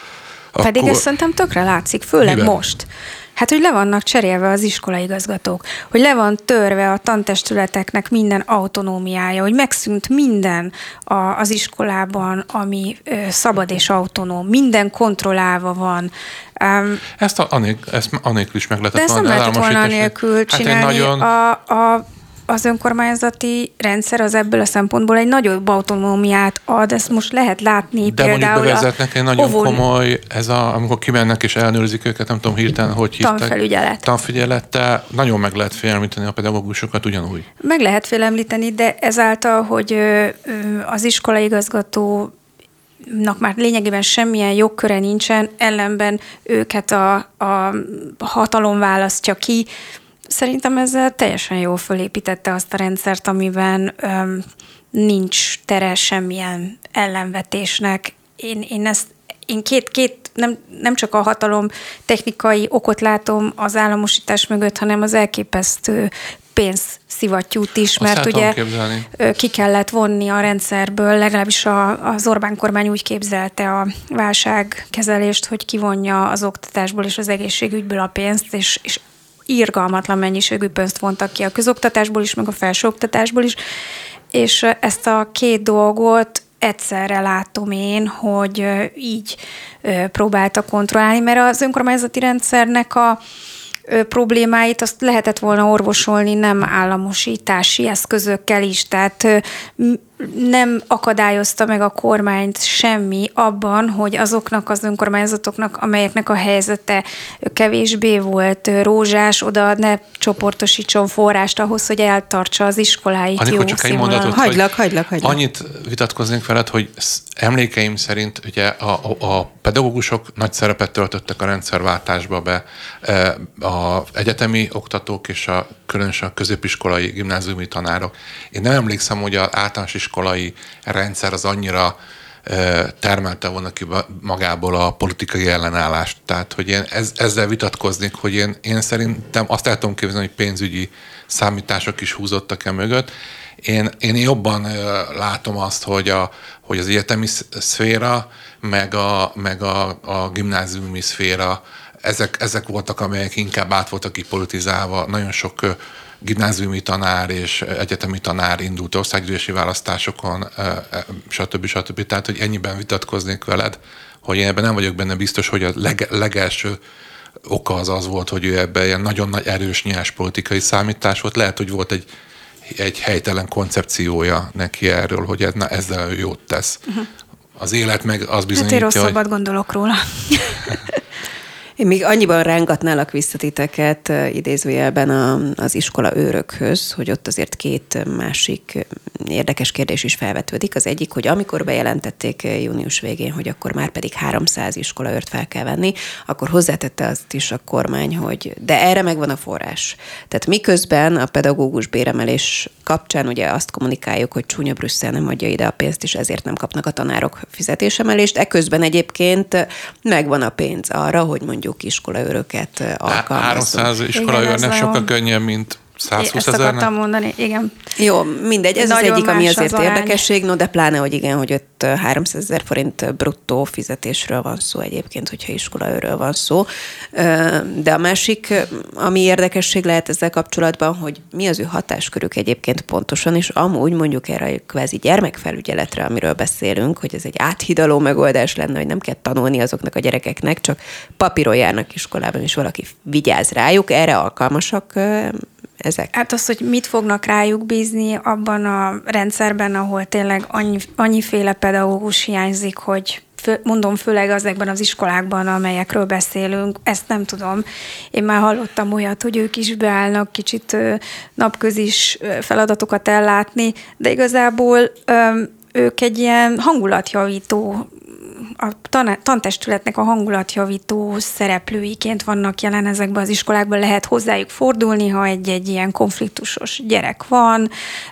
[SPEAKER 2] Pedig
[SPEAKER 3] akkor...
[SPEAKER 2] ez szerintem tökre látszik, főleg Miben? most. Hát, hogy le vannak cserélve az iskolaigazgatók, hogy le van törve a tantestületeknek minden autonómiája, hogy megszűnt minden a, az iskolában, ami ö, szabad és autonóm, minden kontrollálva van. Um,
[SPEAKER 3] ezt, a, anék, ezt anélkül is meg lehetett
[SPEAKER 2] volna. De ezt nem lehetett volna anélkül csinálni. Hát nagyon... a, a Az önkormányzati rendszer az ebből a szempontból egy nagyobb autonómiát ad, ezt most lehet látni
[SPEAKER 3] de
[SPEAKER 2] például.
[SPEAKER 3] De mondjuk bevezetnek egy nagyon ovul... komoly, ez a, amikor kimennek és elnőrzik őket, nem tudom hirtelen, hogy hívták.
[SPEAKER 2] Tanfelügyelet.
[SPEAKER 3] Tanfelügyelettel, nagyon meg lehet félemlíteni a pedagógusokat ugyanúgy.
[SPEAKER 2] Meg lehet félemlíteni, de ezáltal, hogy az iskolaigazgató már lényegében semmilyen jogköre nincsen, ellenben őket a, a hatalom választja ki. Szerintem ezzel teljesen jól fölépítette azt a rendszert, amiben öm, nincs tere semmilyen ellenvetésnek. Én, én ezt, én két, két nem, nem csak a hatalom technikai okot látom az államosítás mögött, hanem az elképesztő pénzszivattyút is,
[SPEAKER 3] Azt
[SPEAKER 2] mert ugye
[SPEAKER 3] képzelni.
[SPEAKER 2] ki kellett vonni a rendszerből, legalábbis a, az Orbán kormány úgy képzelte a válságkezelést, hogy kivonja az oktatásból és az egészségügyből a pénzt, és, és irgalmatlan mennyiségű pénzt vontak ki a közoktatásból is, meg a felsőoktatásból is, és ezt a két dolgot egyszerre látom én, hogy így próbálta kontrollálni, mert az önkormányzati rendszernek a problémáit azt lehetett volna orvosolni nem államosítási eszközökkel is, tehát nem akadályozta meg a kormányt semmi abban, hogy azoknak az önkormányzatoknak, amelyeknek a helyzete kevésbé volt rózsás, oda ne csoportosítson forrást ahhoz, hogy eltartsa az iskoláit.
[SPEAKER 3] Anikor
[SPEAKER 2] jó
[SPEAKER 3] csak egy mondatot,
[SPEAKER 1] hagylak, hagylak, hagylak.
[SPEAKER 3] Annyit vitatkoznék veled, hogy emlékeim szerint ugye a, a, a pedagógusok nagy szerepet töltöttek a rendszerváltásba be, a egyetemi oktatók és a különösen a középiskolai, gimnáziumi tanárok. Én nem emlékszem, hogy az általános iskolai rendszer az annyira termelte volna ki magából a politikai ellenállást. Tehát, hogy én ez, ezzel vitatkoznék, hogy én, én szerintem azt el tudom képzelni, hogy pénzügyi számítások is húzottak e mögött. Én, én jobban látom azt, hogy, a, hogy az egyetemi szféra, meg a, meg a, a gimnáziumi szféra, ezek, ezek voltak, amelyek inkább át voltak kipolitizálva. Nagyon sok gimnáziumi tanár és egyetemi tanár indult országgyűlési választásokon, stb. stb. Tehát, hogy ennyiben vitatkoznék veled, hogy én ebben nem vagyok benne biztos, hogy a leg, legelső oka az az volt, hogy ő ebben ilyen nagyon nagy erős nyers politikai számítás volt. Lehet, hogy volt egy, egy helytelen koncepciója neki erről, hogy ez, na, ezzel ő jót tesz. Uh-huh. Az élet meg az bizonyítja,
[SPEAKER 2] hát én rosszabbat
[SPEAKER 3] hogy...
[SPEAKER 2] gondolok róla.
[SPEAKER 1] Én még annyiban rángatnálak vissza titeket idézőjelben a, az iskola őrökhöz, hogy ott azért két másik érdekes kérdés is felvetődik. Az egyik, hogy amikor bejelentették június végén, hogy akkor már pedig háromszáz iskolaőrt fel kell venni, akkor hozzátette azt is a kormány, hogy de erre megvan a forrás. Tehát miközben a pedagógus béremelés kapcsán ugye azt kommunikáljuk, hogy csúnya Brüsszel nem adja ide a pénzt, és ezért nem kapnak a tanárok fizetésemelést. Eközben egyébként megvan a pénz arra, hogy mondjuk iskolaőröket alkalmazzunk.
[SPEAKER 3] háromszáz iskolaőrnek sokkal könnyebb, mint százhúsz ezernek?
[SPEAKER 2] Ezt akartam mondani, igen.
[SPEAKER 1] Jó, mindegy, ez
[SPEAKER 2] Nagyon
[SPEAKER 1] az egyik, ami azért
[SPEAKER 2] az
[SPEAKER 1] érdekesség, no de pláne, hogy igen, hogy ott háromszázezer forint bruttó fizetésről van szó egyébként, hogyha iskolaőrről van szó. De a másik, ami érdekesség lehet ezzel kapcsolatban, hogy mi az ő hatáskörük egyébként pontosan, és amúgy mondjuk erre a kvázi gyermekfelügyeletre, amiről beszélünk, hogy ez egy áthidaló megoldás lenne, hogy nem kell tanulni azoknak a gyerekeknek, csak papíron járnak iskolában, és valaki vigyáz rájuk, erre alkalmasak ezek?
[SPEAKER 2] Hát az, hogy mit fognak rájuk bízni abban a rendszerben, ahol tényleg annyi, annyiféle pedagógus hiányzik, hogy fő, mondom, főleg azekben az iskolákban, amelyekről beszélünk, ezt nem tudom. Én már hallottam olyat, hogy ők is beállnak kicsit napközis feladatokat ellátni, de igazából ők egy ilyen hangulatjavító, a tantestületnek a hangulatjavító szereplőiként vannak jelen ezekben az iskolákban, lehet hozzájuk fordulni, ha egy-egy ilyen konfliktusos gyerek van,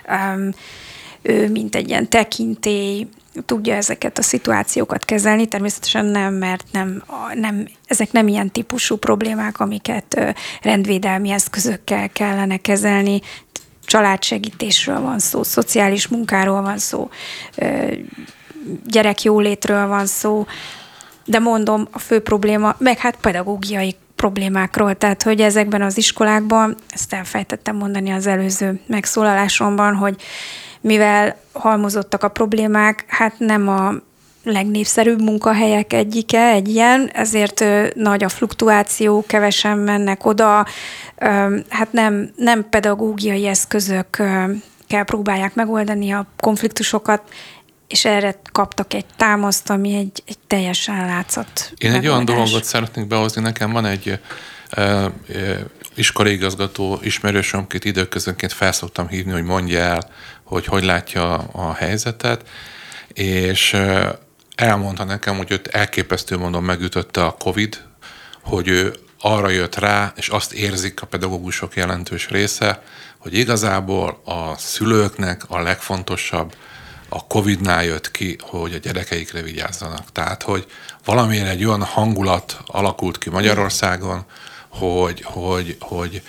[SPEAKER 2] ő mint egy ilyen tekintély tudja ezeket a szituációkat kezelni, természetesen nem, mert nem, nem, ezek nem ilyen típusú problémák, amiket rendvédelmi eszközökkel kellene kezelni, családsegítésről van szó, szociális munkáról van szó, gyerekjólétről van szó, de mondom, a fő probléma, meg hát pedagógiai problémákról, tehát hogy ezekben az iskolákban, ezt elfejtettem mondani az előző megszólalásomban, hogy mivel halmozottak a problémák, hát nem a legnépszerűbb munkahelyek egyike egy ilyen, ezért nagy a fluktuáció, kevesen mennek oda, hát nem, nem pedagógiai eszközökkel próbálják megoldani a konfliktusokat, és erre kaptak egy támaszt, ami egy, egy teljesen látszat.
[SPEAKER 3] Én egy olyan dolgot szeretnék behozni, nekem van egy e, e, iskolaigazgató ismerősöm, akit időközönként felszoktam hívni, hogy mondja el, hogy hogy látja a helyzetet, és elmondta nekem, hogy őt elképesztő módon megütötte a Covid, hogy ő arra jött rá, és azt érzik a pedagógusok jelentős része, hogy igazából a szülőknek a legfontosabb a Covidnál jött ki, hogy a gyerekeikre vigyázzanak. Tehát, hogy valamilyen egy olyan hangulat alakult ki Magyarországon, hogy, hogy, hogy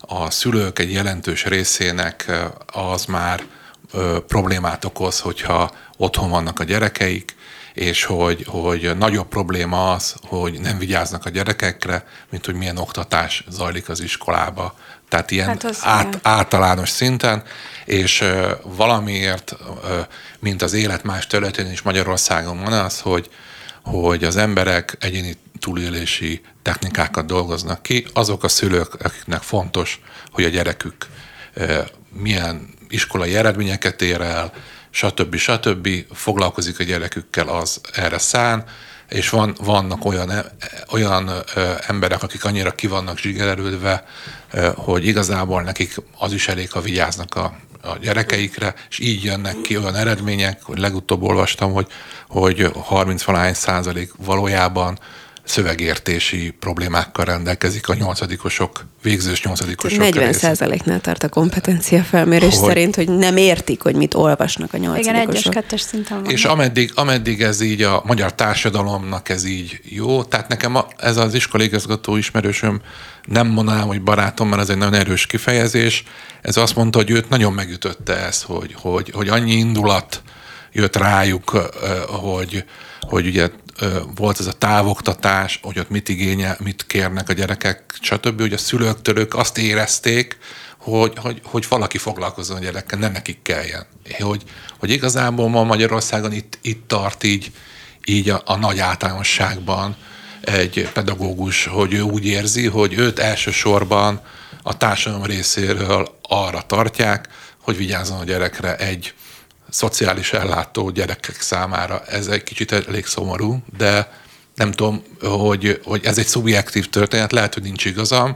[SPEAKER 3] a szülők egy jelentős részének az már ö, problémát okoz, hogyha otthon vannak a gyerekeik, és hogy, hogy nagyobb probléma az, hogy nem vigyáznak a gyerekekre, mint hogy milyen oktatás zajlik az iskolába. Tehát ilyen hát át, általános szinten, és ö, valamiért, ö, mint az élet más területén is Magyarországon van az, hogy, hogy az emberek egyéni túlélési technikákat dolgoznak ki, azok a szülők, akiknek fontos, hogy a gyerekük ö, milyen iskolai eredményeket ér el, stb. stb. Foglalkozik a gyerekükkel, az erre szán, és van, vannak olyan, olyan ö, emberek, akik annyira ki vannak zsigerelődve, ö, hogy igazából nekik az is elég, ha vigyáznak a, a gyerekeikre, és így jönnek ki olyan eredmények, hogy legutóbb olvastam, hogy, hogy harminc-valahány százalék valójában szövegértési problémákkal rendelkezik a nyolcadikosok, végzős nyolcadikosok
[SPEAKER 1] negyven százaléknál tart a kompetencia felmérés hogy, szerint, hogy nem értik, hogy mit olvasnak a nyolcadikosok.
[SPEAKER 2] Igen, egyes, kettes szinten van.
[SPEAKER 3] És ameddig, ameddig ez így a magyar társadalomnak ez így jó, tehát nekem a, ez az iskolaigazgató ismerősöm, nem mondanám, hogy barátom, mert ez egy nagyon erős kifejezés, ez azt mondta, hogy őt nagyon megütötte ez, hogy, hogy, hogy annyi indulat jött rájuk, hogy, hogy ugye volt ez a távoktatás, hogy ott mit igényel, mit kérnek a gyerekek, stb., hogy a szülőktől ők azt érezték, hogy, hogy, hogy valaki foglalkozzon a gyerekkel, nem nekik kelljen. Hogy, hogy igazából ma Magyarországon itt, itt tart így, így a, a nagy általánosságban egy pedagógus, hogy ő úgy érzi, hogy őt elsősorban a társadalom részéről arra tartják, hogy vigyázzon a gyerekre egy szociális ellátó gyerekek számára. Ez egy kicsit elég szomorú, de nem tudom, hogy, hogy ez egy szubjektív történet, lehet, hogy nincs igazam.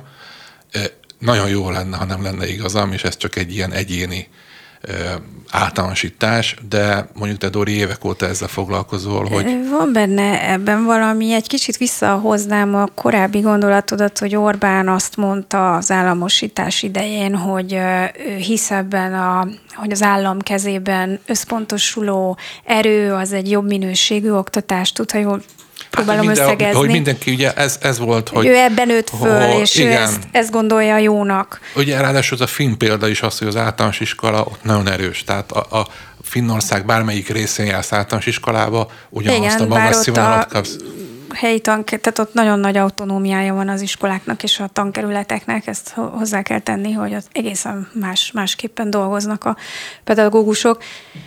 [SPEAKER 3] Nagyon jó lenne, ha nem lenne igazam, és ez csak egy ilyen egyéni általánosítás, de mondjuk te, Dori, évek óta ezzel foglalkozol, hogy...
[SPEAKER 2] Van benne ebben valami, egy kicsit visszahoznám a korábbi gondolatodat, hogy Orbán azt mondta az államosítás idején, hogy ő hisz ebben, a, hogy az állam kezében összpontosuló erő az egy jobb minőségű oktatást tud, ha jól próbálom
[SPEAKER 3] hát,
[SPEAKER 2] összegezni.
[SPEAKER 3] Hogy mindenki, ugye ez, ez volt, hogy...
[SPEAKER 2] Ő ebben nőtt föl,
[SPEAKER 3] hogy,
[SPEAKER 2] és
[SPEAKER 3] igen.
[SPEAKER 2] ő ezt, ezt gondolja jónak.
[SPEAKER 3] Ugye ráadásul az a finn példa is az, hogy az általános iskola ott nagyon erős. Tehát a, a Finnország bármelyik részén jársz általános iskolába, ugyanazt a magas színvonalat kapsz.
[SPEAKER 2] Helyi tank, tehát ott nagyon nagy autonómiája van az iskoláknak és a tankerületeknek, ezt hozzá kell tenni, hogy ott egészen más, másképpen dolgoznak a pedagógusok.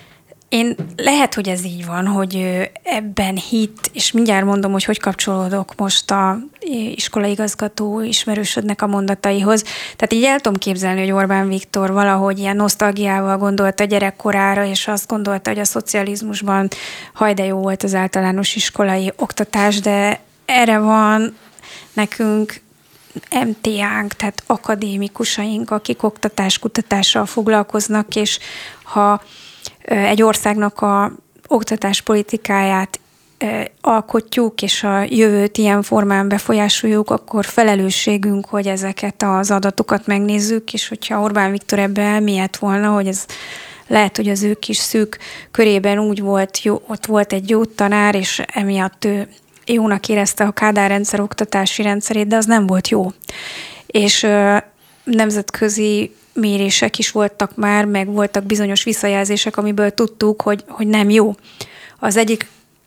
[SPEAKER 2] Én lehet, hogy ez így van, hogy ebben hit, és mindjárt mondom, hogy hogy kapcsolódok most a iskolaigazgató ismerősödnek a mondataihoz. Tehát így el tudom képzelni, hogy Orbán Viktor valahogy ilyen nosztalgiával gondolta a gyerekkorára, és azt gondolta, hogy a szocializmusban haj de jó volt az általános iskolai oktatás, de erre van nekünk em té á-nk, tehát akadémikusaink, akik oktatáskutatással foglalkoznak, és ha egy országnak a oktatáspolitikáját alkotjuk, és a jövőt ilyen formán befolyásoljuk, akkor felelősségünk, hogy ezeket az adatokat megnézzük, és hogyha Orbán Viktor ebbe elmélyett volna, hogy ez lehet, hogy az ő kis szűk körében úgy volt, jó, ott volt egy jó tanár, és emiatt ő jónak érezte a Kádár rendszer oktatási rendszerét, de az nem volt jó. És ö, nemzetközi mérések is voltak már, meg voltak bizonyos visszajelzések, amiből tudtuk, hogy, hogy nem jó. Az egyik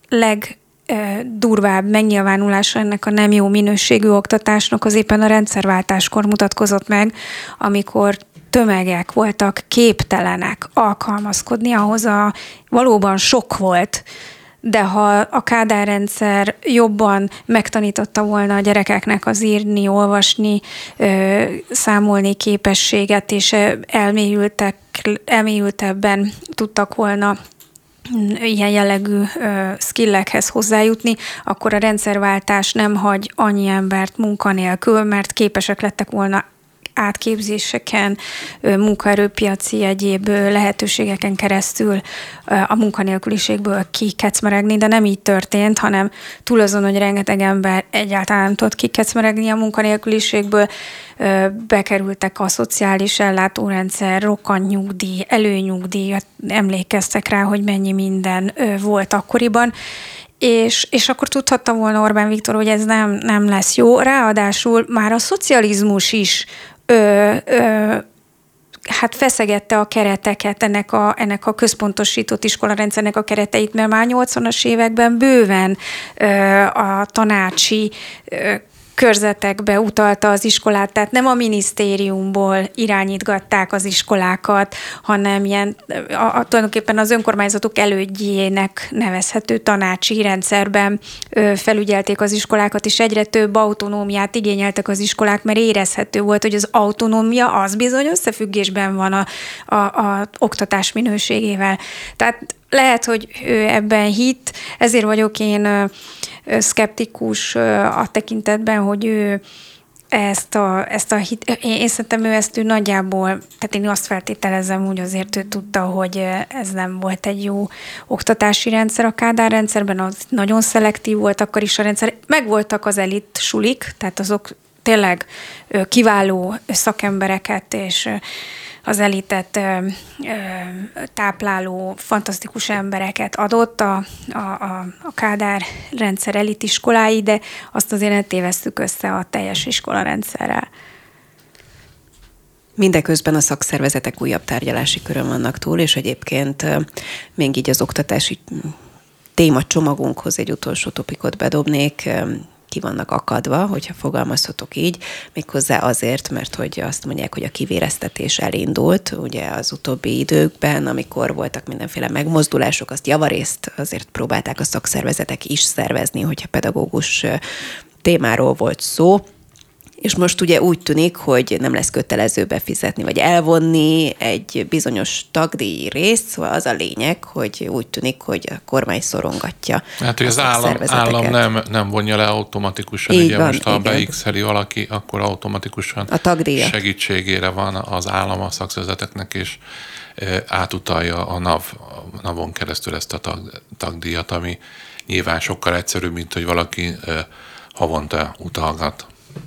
[SPEAKER 2] legdurvább megnyilvánulása ennek a nem jó minőségű oktatásnak az éppen a rendszerváltáskor mutatkozott meg, amikor tömegek voltak képtelenek alkalmazkodni, ahhoz a valóban sok volt, de ha a Kádár rendszer jobban megtanította volna a gyerekeknek az írni, olvasni, számolni képességet, és elmélyültek, elmélyültebben tudtak volna ilyen jellegű skillekhez hozzájutni, akkor a rendszerváltás nem hagy annyi embert munkanélkül, mert képesek lettek volna átképzéseken, munkaerőpiaci egyéb lehetőségeken keresztül a munkanélküliségből kikecmeregni, de nem így történt, hanem túl azon, hogy rengeteg ember egyáltalán nem tudott kikecmeregni a munkanélküliségből, bekerültek a szociális ellátórendszer, rokkantnyugdíj, előnyugdíj, emlékeztek rá, hogy mennyi minden volt akkoriban, És, és akkor tudhatta volna Orbán Viktor, hogy ez nem, nem lesz jó. Ráadásul már a szocializmus is ö, ö, hát feszegette a kereteket, ennek a, ennek a központosított iskolarendszernek a kereteit, mert már nyolcvanas években bőven ö, a tanácsi ö, körzetekbe utalta az iskolát, tehát nem a minisztériumból irányítgatták az iskolákat, hanem ilyen a, a, tulajdonképpen az önkormányzatok elődjének nevezhető tanácsi rendszerben ö, felügyelték az iskolákat, és egyre több autonómiát igényeltek az iskolák, mert érezhető volt, hogy az autonómia az bizony összefüggésben van a, a, a oktatás minőségével. Tehát lehet, hogy ő ebben hitt, ezért vagyok én szkeptikus a tekintetben, hogy ő ezt a, ezt a hit, én, én szerintem ő ezt ő nagyjából, tehát én azt feltételezem, hogy azért ő tudta, hogy ez nem volt egy jó oktatási rendszer a Kádár rendszerben, az nagyon szelektív volt akkor is a rendszer. Megvoltak az elit sulik, tehát azok tényleg kiváló szakembereket és az elitet ö, ö, tápláló fantasztikus embereket adott a, a, a, a Kádár rendszer elitiskolái, de azt azért ne tévesszük össze a teljes iskolarendszerrel.
[SPEAKER 1] Mindeközben a szakszervezetek újabb tárgyalási körön vannak túl, és egyébként még így az oktatási témacsomagunkhoz egy utolsó topikot bedobnék, ki vannak akadva, hogyha fogalmazhatok így, méghozzá azért, mert hogy azt mondják, hogy a kivéreztetés elindult, ugye az utóbbi időkben, amikor voltak mindenféle megmozdulások, azt javarészt azért próbálták a szakszervezetek is szervezni, hogyha pedagógus témáról volt szó, és most ugye úgy tűnik, hogy nem lesz kötelező befizetni, vagy elvonni egy bizonyos tagdíj részt, szóval az a lényeg, hogy úgy tűnik, hogy a kormány szorongatja.
[SPEAKER 3] Hát, hogy az állam, állam nem, nem vonja le automatikusan,
[SPEAKER 1] így
[SPEAKER 3] ugye
[SPEAKER 1] van,
[SPEAKER 3] most ha
[SPEAKER 1] igen.
[SPEAKER 3] beixeli valaki, akkor automatikusan
[SPEAKER 1] a tagdíjat
[SPEAKER 3] segítségére van az állam a szakszervezeteknek, és átutalja a NAV, a NAV-on keresztül ezt a tag, tagdíjat, ami nyilván sokkal egyszerűbb, mint hogy valaki havonta utalgat.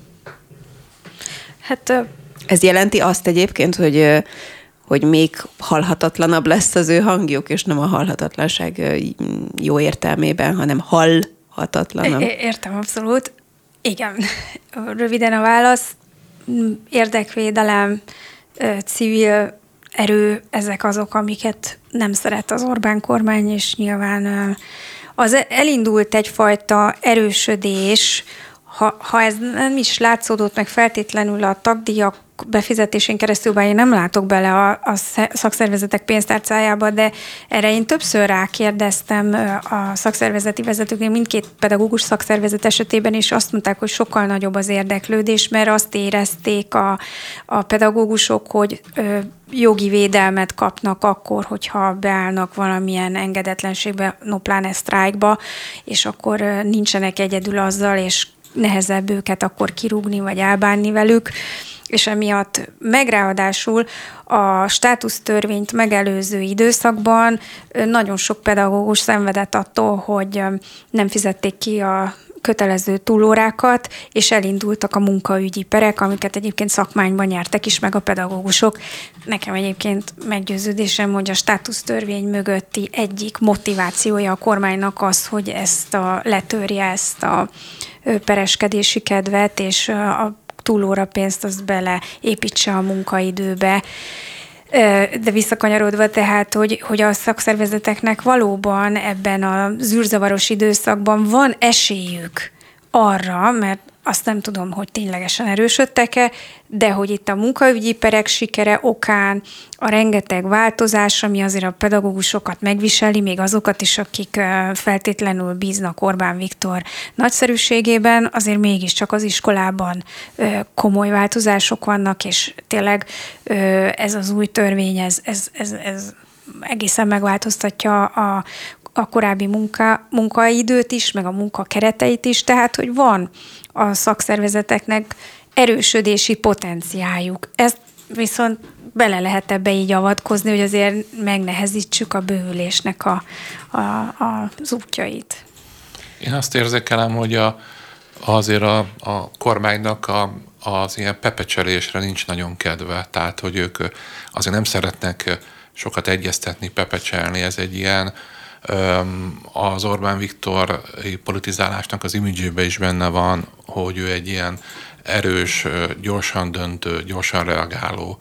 [SPEAKER 2] Hát,
[SPEAKER 1] ez jelenti azt egyébként, hogy, hogy még hallhatatlanabb lesz az ő hangjuk, és nem a hallhatatlanság jó értelmében, hanem hallhatatlanabb.
[SPEAKER 2] Értem, abszolút. Igen. Röviden a válasz. Érdekvédelem, civil erő, ezek azok, amiket nem szeret az Orbán kormány, és nyilván az elindult egyfajta erősödés. Ha, ha ez nem is látszódott meg feltétlenül a tagdíjak befizetésén keresztül, bár én nem látok bele a, a szakszervezetek pénztárcájába, de erre én többször rákérdeztem a szakszervezeti vezetőknél, mindkét pedagógus szakszervezet esetében, és azt mondták, hogy sokkal nagyobb az érdeklődés, mert azt érezték a, a pedagógusok, hogy ö, jogi védelmet kapnak akkor, hogyha beállnak valamilyen engedetlenségbe, no pláne sztrájkba, és akkor ö, nincsenek egyedül azzal, és nehezebb őket akkor kirúgni, vagy elbánni velük, és emiatt megráadásul a státusztörvényt megelőző időszakban nagyon sok pedagógus szenvedett attól, hogy nem fizették ki a kötelező túlórákat, és elindultak a munkaügyi perek, amiket egyébként szakmányban nyertek is meg a pedagógusok. Nekem egyébként meggyőződésem, hogy a státusztörvény mögötti egyik motivációja a kormánynak az, hogy ezt a, letörje ezt a pereskedési kedvet, és a túlóra pénzt azt beleépítse a munkaidőbe. De visszakanyarodva tehát, hogy, hogy a szakszervezeteknek valóban ebben a zűrzavaros időszakban van esélyük arra, mert azt nem tudom, hogy ténylegesen erősödtek-e, de hogy itt a munkaügyi perek sikere okán a rengeteg változás, ami azért a pedagógusokat megviseli, még azokat is, akik feltétlenül bíznak Orbán Viktor nagyszerűségében, azért mégiscsak az iskolában komoly változások vannak, és tényleg ez az új törvény, ez, ez, ez, ez egészen megváltoztatja a a korábbi munka, munkaidőt is, meg a munka kereteit is, tehát, hogy van a szakszervezeteknek erősödési potenciáljuk. Ezt viszont bele lehet ebbe így avatkozni, hogy azért megnehezítsük a bővülésnek a, a, a, az útjait.
[SPEAKER 3] Én azt érzékelem, hogy a, azért a, a kormánynak a, az ilyen pepecselésre nincs nagyon kedve, tehát, hogy ők azért nem szeretnek sokat egyeztetni, pepecselni, ez egy ilyen az Orbán Viktor politizálásnak az imidzsébe is benne van, hogy ő egy ilyen erős, gyorsan döntő, gyorsan reagáló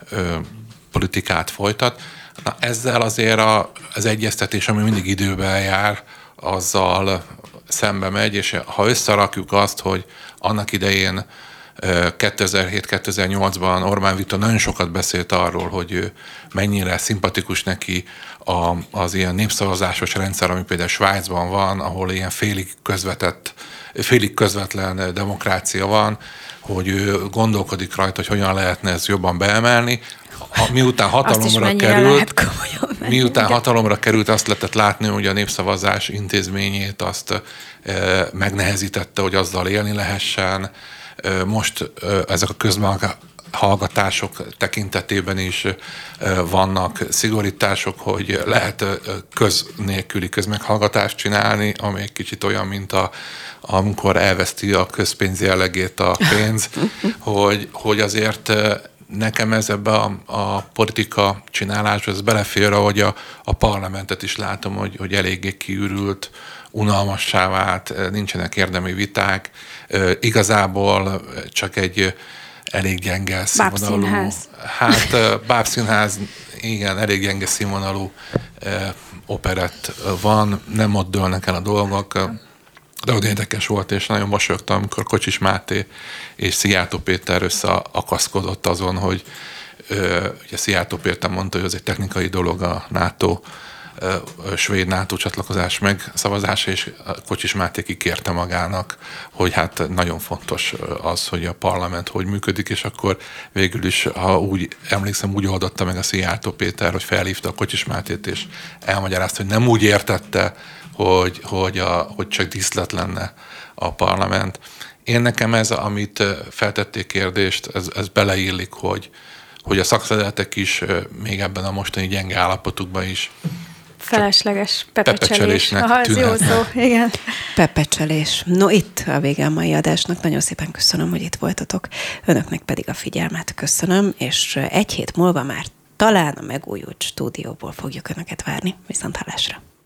[SPEAKER 3] politikát folytat. Na, ezzel azért a, az egyeztetés, ami mindig időben jár, azzal szembe megy, és ha összerakjuk azt, hogy annak idején kétezer-hét kétezer-nyolcban Orbán Viktor nagyon sokat beszélt arról, hogy ő mennyire szimpatikus neki a, az ilyen népszavazásos rendszer, ami például Svájcban van, ahol ilyen félig közvetett, félig közvetlen demokrácia van, hogy ő gondolkodik rajta, hogy hogyan lehetne ezt jobban beemelni. Miután hatalomra került, miután hatalomra került, azt lehetett látni, hogy a népszavazás intézményét azt e, megnehezítette, hogy azzal élni lehessen. E, most e, ezek a közmeghallgatások tekintetében is e, vannak szigorítások, hogy lehet e, köz nélküli közmeghallgatást csinálni, ami egy kicsit olyan, mint a, amikor elveszti a közpénz jellegét a pénz, hogy, hogy azért nekem ez ebbe a, a politika csinálásba, ez belefér, ahogy a, a parlamentet is látom, hogy, hogy eléggé kiürült, unalmassá vált, nincsenek érdemi viták. E, igazából csak egy elég gyenge színvonalú...
[SPEAKER 2] Bábszínház.
[SPEAKER 3] Hát bábszínház, igen, elég gyenge színvonalú e, operett van, nem ott dőlnek el a dolgok. De ott érdekes volt, és nagyon mosolyogtam, amikor Kocsis Máté és Szijjártó Péter összeakaszkodott azon, hogy ö, ugye Szijjártó Péter mondta, hogy ez egy technikai dolog a NATO, ö, svéd NATO csatlakozás megszavazása, és Kocsis Máté kikérte magának, hogy hát nagyon fontos az, hogy a parlament hogy működik, és akkor végül is, ha úgy emlékszem, úgy oldotta meg a Szijjártó Péter, hogy felhívta a Kocsis Mátét, és elmagyarázta, hogy nem úgy értette, Hogy, hogy, a, hogy csak díszlet lenne a parlament. Én nekem ez, amit feltették kérdést, ez, ez beleillik, hogy, hogy a szakszervezetek is még ebben a mostani gyenge állapotukban is
[SPEAKER 2] felesleges pepecselés.
[SPEAKER 3] Aha, ez jó szó,
[SPEAKER 2] igen.
[SPEAKER 1] Pepecselés. No, itt a vége a mai adásnak. Nagyon szépen köszönöm, hogy itt voltatok. Önöknek pedig a figyelmet köszönöm, és egy hét múlva már talán a megújult stúdióból fogjuk Önöket várni. Viszonthallásra.